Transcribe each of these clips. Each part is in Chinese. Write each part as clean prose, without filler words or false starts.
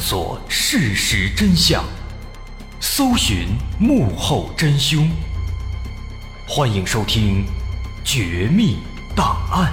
索事实真相，搜寻幕后真凶。欢迎收听《绝密档案》。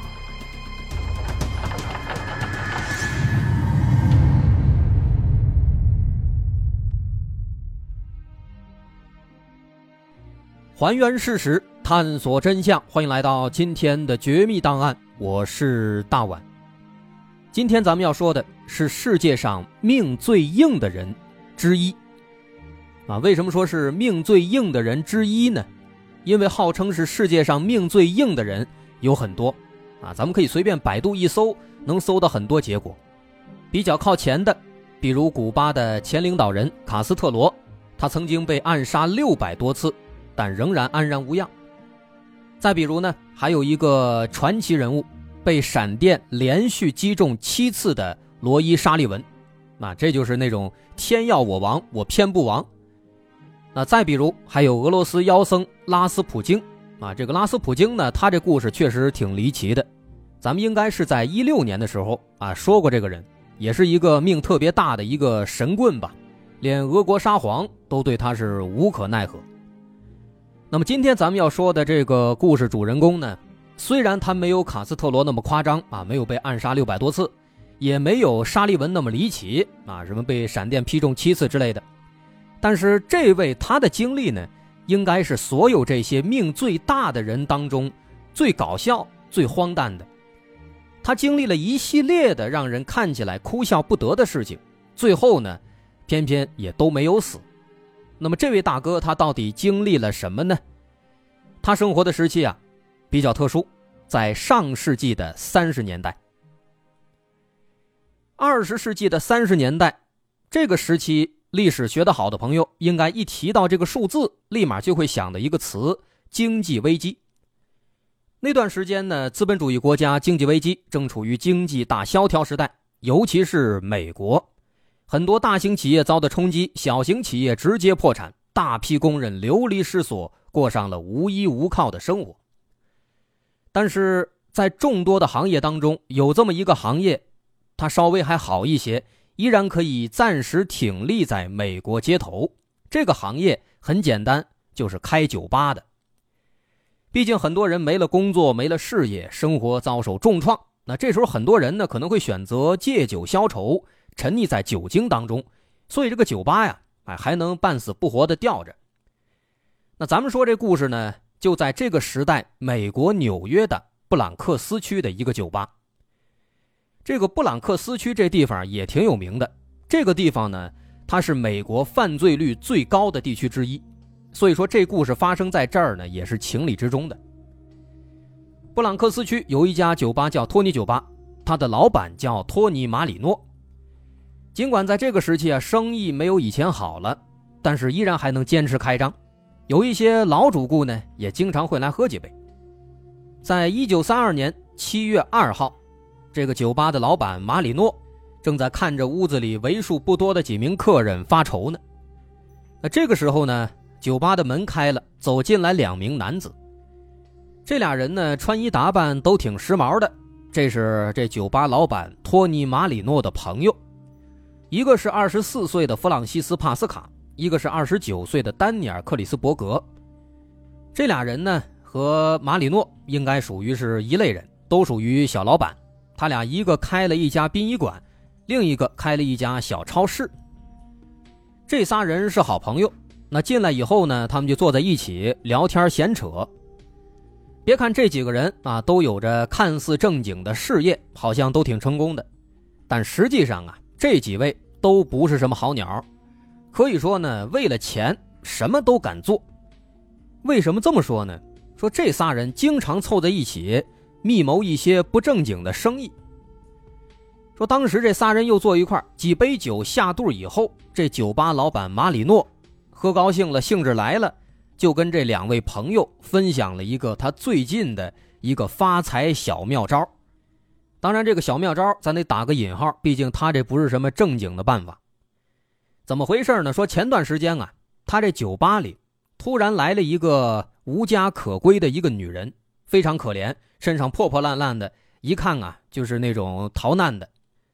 还原事实，探索真相，欢迎来到今天的绝密档案，我是大碗。今天咱们要说的是世界上命最硬的人之一为什么说是命最硬的人之一呢？因为号称是世界上命最硬的人有很多咱们可以随便百度一搜，能搜到很多结果。比较靠前的，比如古巴的前领导人卡斯特罗，他曾经被暗杀600多次，但仍然安然无恙。再比如呢，还有一个传奇人物，被闪电连续击中7次的罗伊·沙利文，这就是那种天要我亡我偏不亡。那再比如还有俄罗斯妖僧拉斯普京这个拉斯普京呢，他这故事确实挺离奇的。咱们应该是在16年的时候说过这个人，也是一个命特别大的一个神棍吧，连俄国沙皇都对他是无可奈何。那么今天咱们要说的这个故事主人公呢，虽然他没有卡斯特罗那么夸张没有被暗杀600多次，也没有沙利文那么离奇什么被闪电劈中7次之类的，但是这位他的经历呢，应该是所有这些命最大的人当中最搞笑最荒诞的。他经历了一系列的让人看起来哭笑不得的事情，最后呢偏偏也都没有死。那么这位大哥他到底经历了什么呢？他生活的时期比较特殊，在上世纪的30年代。20世纪的30年代这个时期，历史学得好的朋友应该一提到这个数字立马就会想的一个词，经济危机。那段时间呢，资本主义国家经济危机正处于经济大萧条时代，尤其是美国，很多大型企业遭到冲击，小型企业直接破产，大批工人流离失所，过上了无依无靠的生活。但是在众多的行业当中，有这么一个行业，它稍微还好一些，依然可以暂时挺立在美国街头。这个行业很简单，就是开酒吧的。毕竟很多人没了工作，没了事业，生活遭受重创，那这时候很多人呢可能会选择借酒消愁，沉溺在酒精当中，所以这个酒吧还能半死不活的吊着。那咱们说这故事呢，就在这个时代美国纽约的布朗克斯区的一个酒吧。这个布朗克斯区这地方也挺有名的，这个地方呢，它是美国犯罪率最高的地区之一，所以说这故事发生在这儿呢，也是情理之中的。布朗克斯区有一家酒吧叫托尼酒吧，他的老板叫托尼·马里诺。尽管在这个时期生意没有以前好了，但是依然还能坚持开张。有一些老主顾呢，也经常会来喝几杯。在1932年7月2号，这个酒吧的老板马里诺正在看着屋子里为数不多的几名客人发愁呢。那这个时候呢，酒吧的门开了，走进来2名男子。这俩人呢，穿衣打扮都挺时髦的，这是这酒吧老板托尼·马里诺的朋友。一个是24岁的弗朗西斯·帕斯卡，一个是29岁的丹尼尔·克里斯伯格。这俩人呢，和马里诺应该属于是一类人，都属于小老板。他俩一个开了一家殡仪馆，另一个开了一家小超市。这仨人是好朋友，那进来以后呢，他们就坐在一起聊天闲扯。别看这几个人都有着看似正经的事业，好像都挺成功的，但实际上这几位都不是什么好鸟，可以说呢，为了钱什么都敢做。为什么这么说呢？说这仨人经常凑在一起密谋一些不正经的生意。说当时这仨人又坐一块，几杯酒下肚以后，这酒吧老板马里诺喝高兴了，兴致来了，就跟这2位朋友分享了一个他最近的一个发财小妙招。当然这个小妙招咱得打个引号，毕竟他这不是什么正经的办法。怎么回事呢？说前段时间他这酒吧里突然来了一个无家可归的一个女人，非常可怜，身上破破烂烂的，一看就是那种逃难的。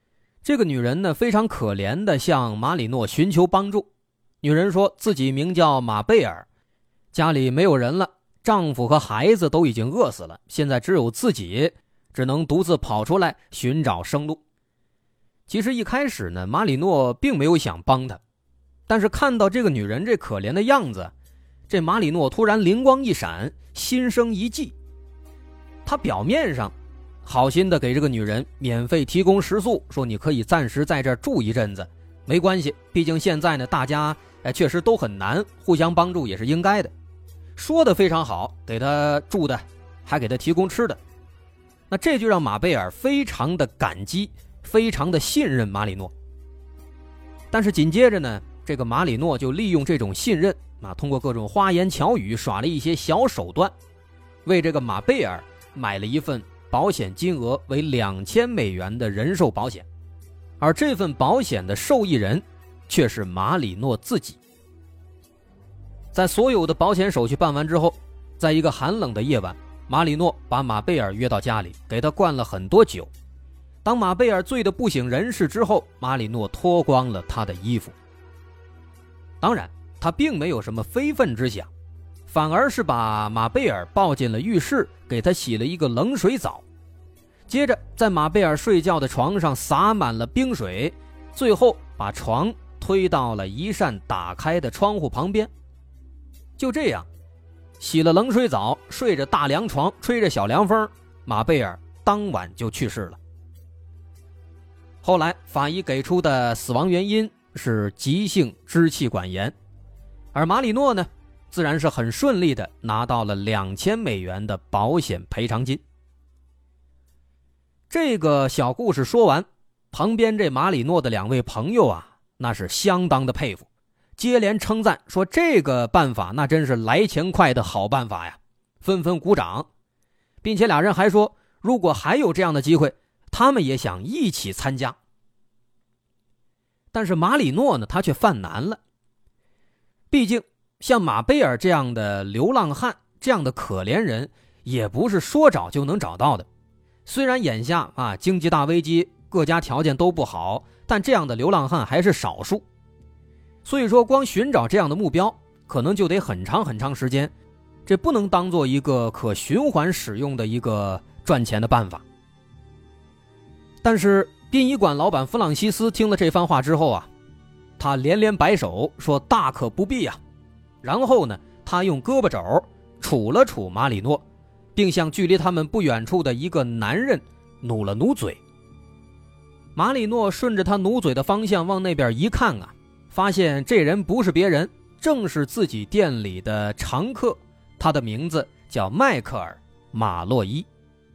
这个女人呢，非常可怜地向马里诺寻求帮助。女人说自己名叫马贝尔，家里没有人了，丈夫和孩子都已经饿死了，现在只有自己，只能独自跑出来寻找生路。其实一开始呢，马里诺并没有想帮她，但是看到这个女人这可怜的样子，这马里诺突然灵光一闪，心生一计。他表面上好心的给这个女人免费提供食宿，说你可以暂时在这儿住一阵子，没关系，毕竟现在呢大家确实都很难，互相帮助也是应该的。说的非常好，给他住的，还给他提供吃的。那这就让马贝尔非常的感激，非常的信任马里诺。但是紧接着呢，这个马里诺就利用这种信任通过各种花言巧语耍了一些小手段，为这个马贝尔买了一份保险金额为$2000的人寿保险，而这份保险的受益人却是马里诺自己。在所有的保险手续办完之后，在一个寒冷的夜晚，马里诺把马贝尔约到家里，给他灌了很多酒。当马贝尔醉得不省人事之后，马里诺脱光了他的衣服。当然他并没有什么非分之想，反而是把马贝尔抱进了浴室，给他洗了一个冷水澡，接着在马贝尔睡觉的床上洒满了冰水，最后把床推到了一扇打开的窗户旁边。就这样，洗了冷水澡，睡着大凉床，吹着小凉风，马贝尔当晚就去世了。后来法医给出的死亡原因是急性支气管炎，而马里诺呢，自然是很顺利的拿到了$2000的保险赔偿金。这个小故事说完，旁边这马里诺的2位朋友那是相当的佩服，接连称赞说这个办法那真是来钱快的好办法呀，纷纷鼓掌，并且俩人还说如果还有这样的机会，他们也想一起参加。但是马里诺呢，他却犯难了。毕竟像马贝尔这样的流浪汉，这样的可怜人，也不是说找就能找到的。虽然眼下经济大危机，各家条件都不好，但这样的流浪汉还是少数。所以说光寻找这样的目标可能就得很长很长时间，这不能当做一个可循环使用的一个赚钱的办法。但是殡仪馆老板弗朗西斯听了这番话之后他连连摆手说大可不必然后呢，他用胳膊肘杵了杵马里诺，并向距离他们不远处的一个男人努了努嘴。马里诺顺着他努嘴的方向往那边一看发现这人不是别人，正是自己店里的常客，他的名字叫迈克尔·马洛伊。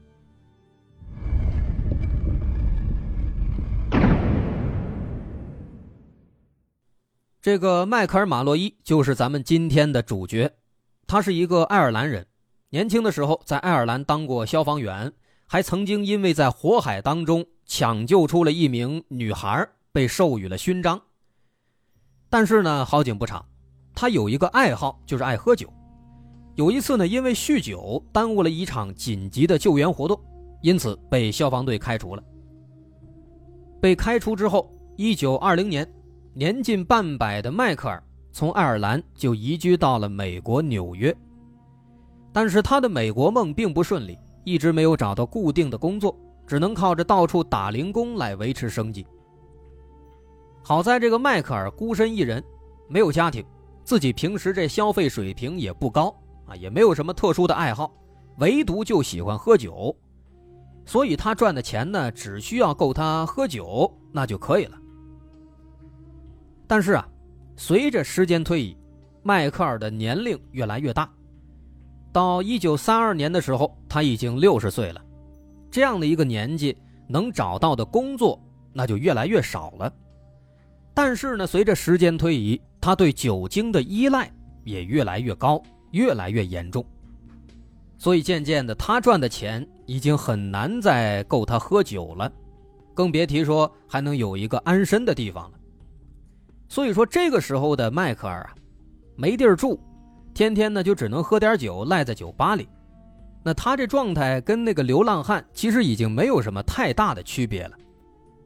这个迈克尔·马洛伊就是咱们今天的主角，他是一个爱尔兰人，年轻的时候在爱尔兰当过消防员，还曾经因为在火海当中抢救出了一名女孩，被授予了勋章。但是呢，好景不长，他有一个爱好，就是爱喝酒。有一次呢，因为酗酒耽误了一场紧急的救援活动，因此被消防队开除了。被开除之后，1920年，年近半百的迈克尔从爱尔兰就移居到了美国纽约。但是他的美国梦并不顺利，一直没有找到固定的工作，只能靠着到处打零工来维持生计。好在这个迈克尔孤身一人，没有家庭，自己平时这消费水平也不高也没有什么特殊的爱好，唯独就喜欢喝酒，所以他赚的钱呢，只需要够他喝酒那就可以了。但是随着时间推移，迈克尔的年龄越来越大，到1932年的时候，他已经60岁了。这样的一个年纪，能找到的工作那就越来越少了。但是呢，随着时间推移，他对酒精的依赖也越来越高，越来越严重。所以渐渐的，他赚的钱已经很难再够他喝酒了，更别提说还能有一个安身的地方了。所以说这个时候的迈克尔没地儿住，天天呢就只能喝点酒，赖在酒吧里。那他这状态跟那个流浪汉其实已经没有什么太大的区别了。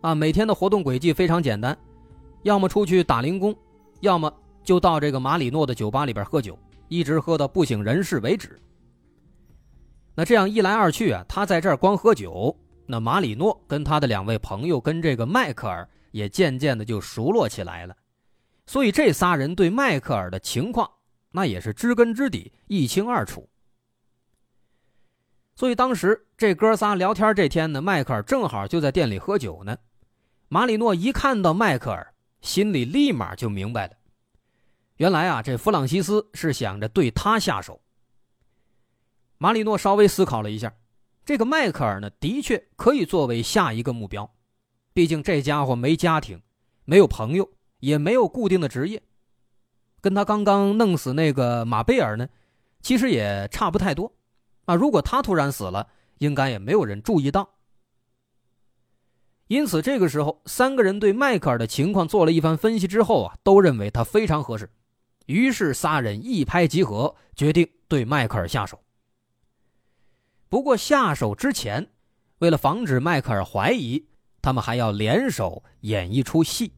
每天的活动轨迹非常简单，要么出去打零工，要么就到这个马里诺的酒吧里边喝酒，一直喝到不省人事为止。那这样一来二去他在这儿光喝酒，那马里诺跟他的2位朋友跟这个迈克尔也渐渐的就熟络起来了，所以这仨人对迈克尔的情况那也是知根知底，一清二楚。所以当时这哥仨聊天这天呢，迈克尔正好就在店里喝酒呢。马里诺一看到迈克尔，心里立马就明白了，原来这弗朗西斯是想着对他下手。马里诺稍微思考了一下，这个迈克尔呢，的确可以作为下一个目标，毕竟这家伙没家庭，没有朋友，也没有固定的职业，跟他刚刚弄死那个马贝尔呢，其实也差不太多如果他突然死了，应该也没有人注意到。因此这个时候3个人对迈克尔的情况做了一番分析之后都认为他非常合适，于是3人一拍即合，决定对迈克尔下手。不过下手之前，为了防止迈克尔怀疑，他们还要联手演一出戏。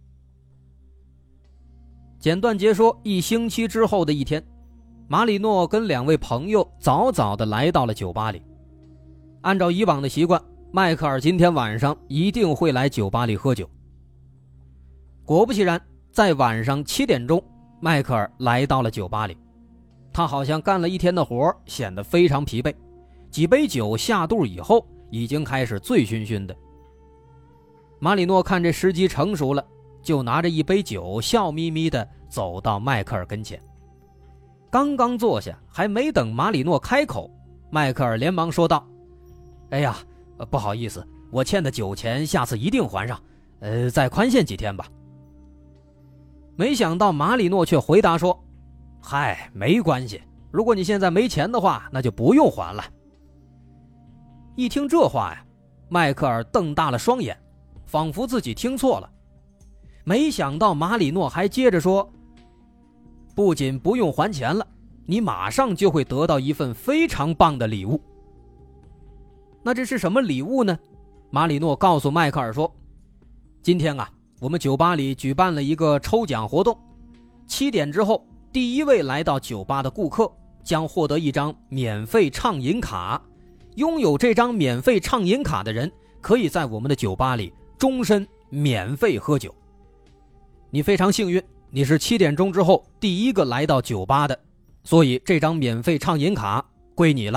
简短截说，1星期之后的一天，马里诺跟2位朋友早早的来到了酒吧里。按照以往的习惯，迈克尔今天晚上一定会来酒吧里喝酒。果不其然，在晚上7点钟，迈克尔来到了酒吧里。他好像干了一天的活，显得非常疲惫，几杯酒下肚以后，已经开始醉醺醺的。马里诺看这时机成熟了，就拿着一杯酒笑眯眯的走到迈克尔跟前。刚刚坐下，还没等马里诺开口，迈克尔连忙说道：哎呀，不好意思，我欠的酒钱下次一定还上，再宽限几天吧。没想到马里诺却回答说：嗨，没关系，如果你现在没钱的话，那就不用还了。一听这话迈克尔瞪大了双眼，仿佛自己听错了。没想到马里诺还接着说：不仅不用还钱了，你马上就会得到一份非常棒的礼物。那这是什么礼物呢？马里诺告诉迈克尔说：今天我们酒吧里举办了一个抽奖活动，7点之后，第1位来到酒吧的顾客将获得一张免费畅饮卡，拥有这张免费畅饮卡的人可以在我们的酒吧里终身免费喝酒。你非常幸运，你是7点钟之后第1个来到酒吧的，所以这张免费畅饮卡归你了。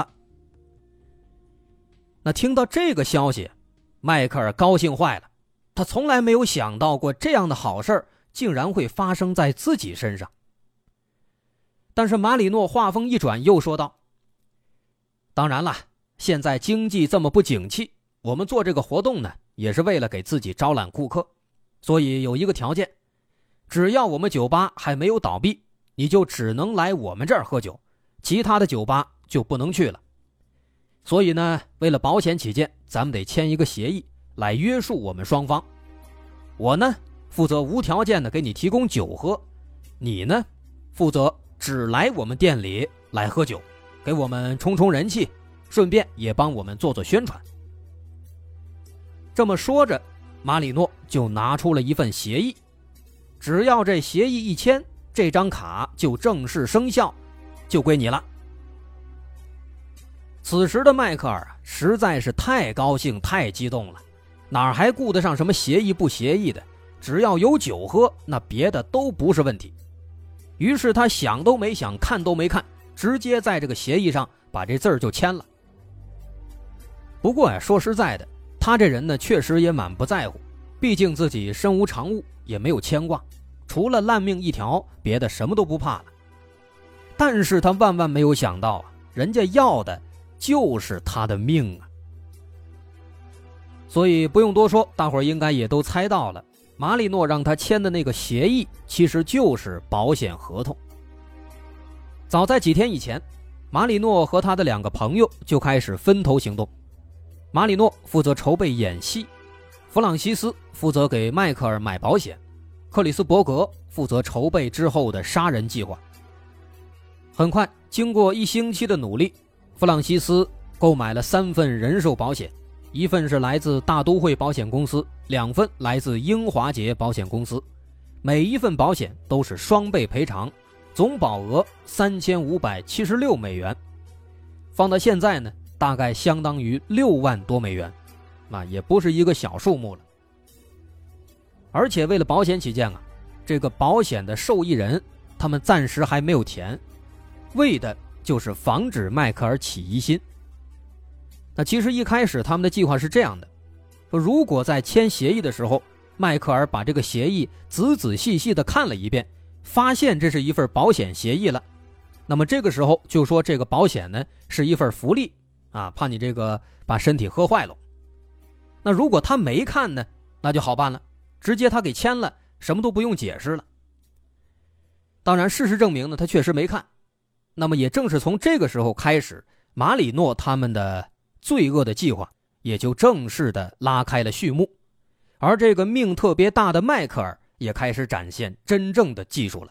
那听到这个消息，迈克尔高兴坏了，他从来没有想到过这样的好事竟然会发生在自己身上。但是马里诺话锋一转，又说道：当然了，现在经济这么不景气，我们做这个活动呢，也是为了给自己招揽顾客，所以有一个条件，只要我们酒吧还没有倒闭，你就只能来我们这儿喝酒，其他的酒吧就不能去了。所以呢，为了保险起见，咱们得签一个协议来约束我们双方。我呢，负责无条件的给你提供酒喝，你呢，负责只来我们店里来喝酒，给我们冲冲人气，顺便也帮我们做做宣传。这么说着，马里诺就拿出了一份协议，只要这协议一签，这张卡就正式生效，就归你了。此时的迈克尔实在是太高兴太激动了，哪还顾得上什么协议不协议的，只要有酒喝，那别的都不是问题。于是他想都没想，看都没看，直接在这个协议上把这字儿就签了。不过说实在的，他这人呢确实也满不在乎，毕竟自己身无长物，也没有牵挂，除了烂命一条，别的什么都不怕了。但是他万万没有想到人家要的就是他的命所以不用多说，大伙儿应该也都猜到了，马里诺让他签的那个协议其实就是保险合同。早在几天以前，马里诺和他的2个朋友就开始分头行动。马里诺负责筹备演戏，弗朗西斯负责给迈克尔买保险，克里斯伯格负责筹备之后的杀人计划。很快，经过1星期的努力，弗朗西斯购买了3份人寿保险， 一份是来自大都会保险公司，2份来自英华杰保险公司，每一份保险都是双倍赔偿，总保额3576美元，放到现在呢，大概相当于6万多美元，也不是一个小数目了。而且为了保险起见啊，这个保险的受益人他们暂时还没有填，为的就是防止迈克尔起疑心。那其实一开始他们的计划是这样的，说如果在签协议的时候，迈克尔把这个协议仔仔细细的看了一遍，发现这是一份保险协议了，那么这个时候就说这个保险呢是一份福利怕你这个把身体喝坏了。那如果他没看呢，那就好办了，直接他给签了，什么都不用解释了。当然事实证明呢，他确实没看。那么也正是从这个时候开始，马里诺他们的罪恶的计划也就正式的拉开了序幕，而这个命特别大的迈克尔也开始展现真正的技术了。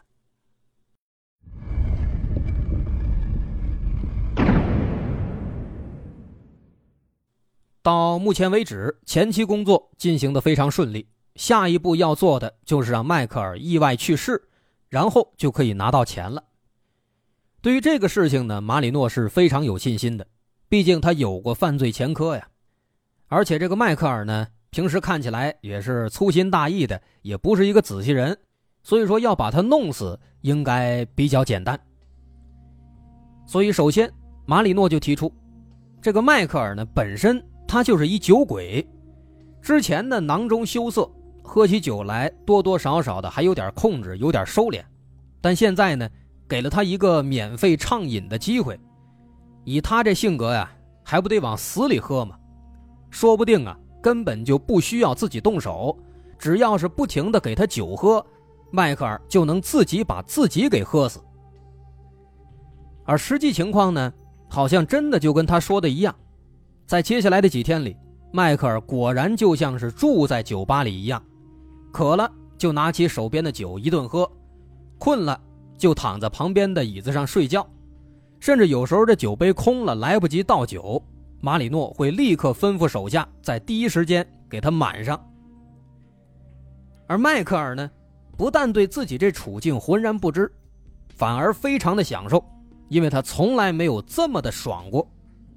到目前为止，前期工作进行得非常顺利，下一步要做的就是让迈克尔意外去世，然后就可以拿到钱了。对于这个事情呢，马里诺是非常有信心的，毕竟他有过犯罪前科呀。而且这个迈克尔呢，平时看起来也是粗心大意的，也不是一个仔细人，所以说要把他弄死应该比较简单。所以首先马里诺就提出，这个迈克尔呢本身他就是一酒鬼，之前呢囊中羞涩，喝起酒来多多少少的还有点控制，有点收敛，但现在呢给了他一个免费畅饮的机会，以他这性格呀，还不得往死里喝吗？说不定根本就不需要自己动手，只要是不停的给他酒喝，迈克尔就能自己把自己给喝死。而实际情况呢，好像真的就跟他说的一样，在接下来的几天里，迈克尔果然就像是住在酒吧里一样，渴了就拿起手边的酒一顿喝，困了就躺在旁边的椅子上睡觉，甚至有时候这酒杯空了来不及倒酒，马里诺会立刻吩咐手下在第一时间给他满上。而迈克尔呢，不但对自己这处境浑然不知，反而非常的享受，因为他从来没有这么的爽过。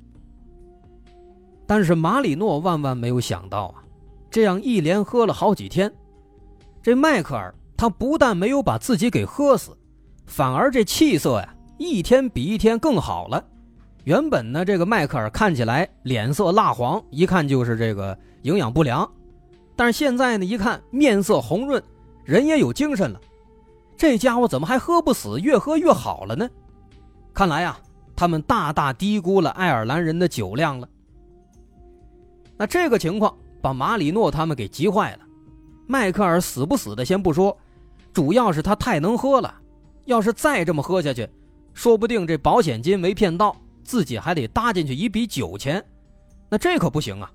但是马里诺万万没有想到这样一连喝了好几天，这迈克尔他不但没有把自己给喝死，反而这气色一天比一天更好了。原本呢，这个迈克尔看起来脸色蜡黄，一看就是这个营养不良，但是现在呢，一看面色红润，人也有精神了。这家伙怎么还喝不死，越喝越好了呢？看来他们大大低估了爱尔兰人的酒量了。那这个情况把马里诺他们给急坏了。迈克尔死不死的先不说，主要是他太能喝了，要是再这么喝下去，说不定这保险金没骗到，自己还得搭进去一笔酒钱，那这可不行啊。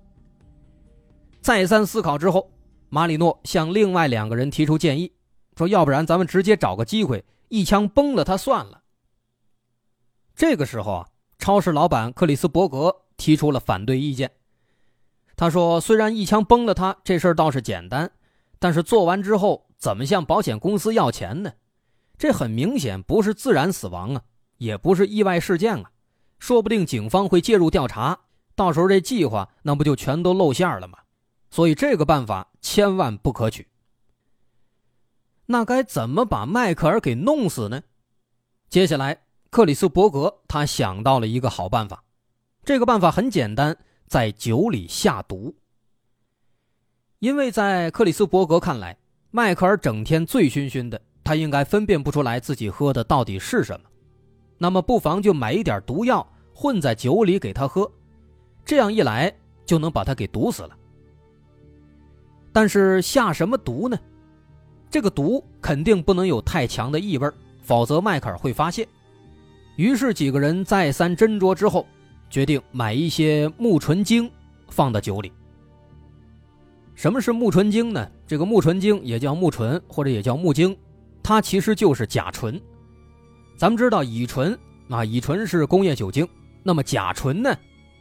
再三思考之后，马里诺向另外2个人提出建议，说要不然咱们直接找个机会一枪崩了他算了。这个时候超市老板克里斯伯格提出了反对意见。他说虽然一枪崩了他这事儿倒是简单，但是做完之后怎么向保险公司要钱呢？这很明显不是自然死亡也不是意外事件说不定警方会介入调查，到时候这计划那不就全都露馅了吗？所以这个办法千万不可取。那该怎么把迈克尔给弄死呢？接下来克里斯伯格他想到了一个好办法，这个办法很简单，在酒里下毒。因为在克里斯伯格看来，迈克尔整天醉醺醺的，他应该分辨不出来自己喝的到底是什么，那么不妨就买一点毒药混在酒里给他喝，这样一来就能把他给毒死了。但是下什么毒呢？这个毒肯定不能有太强的异味，否则迈克尔会发现。于是几个人再三斟酌之后，决定买一些木醇精放到酒里。什么是木醇精呢？这个木醇精也叫木醇，或者也叫木精，它其实就是甲醇。咱们知道乙醇乙醇是工业酒精，那么甲醇呢，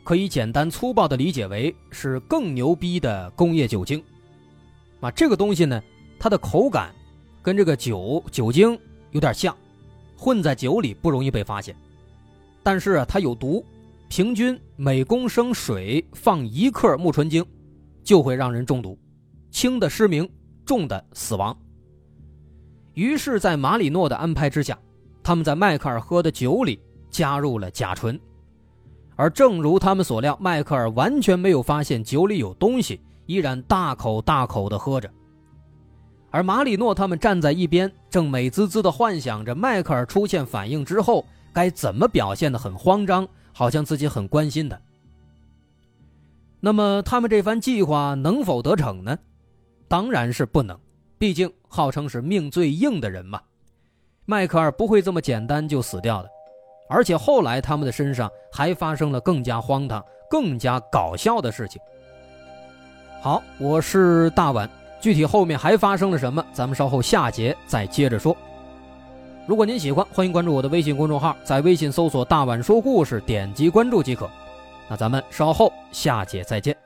可以简单粗暴地理解为是更牛逼的工业酒精。这个东西呢，它的口感跟这个酒精有点像，混在酒里不容易被发现，但是它有毒，平均每公升水放1克木醇精就会让人中毒，轻的失明，重的死亡。于是在马里诺的安排之下，他们在迈克尔喝的酒里加入了甲醇，而正如他们所料，迈克尔完全没有发现酒里有东西，依然大口大口地喝着。而马里诺他们站在一边，正美滋滋地幻想着迈克尔出现反应之后该怎么表现得很慌张，好像自己很关心的。那么他们这番计划能否得逞呢？当然是不能，毕竟号称是命最硬的人嘛，迈克尔不会这么简单就死掉的。而且后来他们的身上还发生了更加荒唐更加搞笑的事情。好，我是大碗，具体后面还发生了什么，咱们稍后下节再接着说。如果您喜欢，欢迎关注我的微信公众号，在微信搜索大碗说故事，点击关注即可。那咱们稍后下节再见。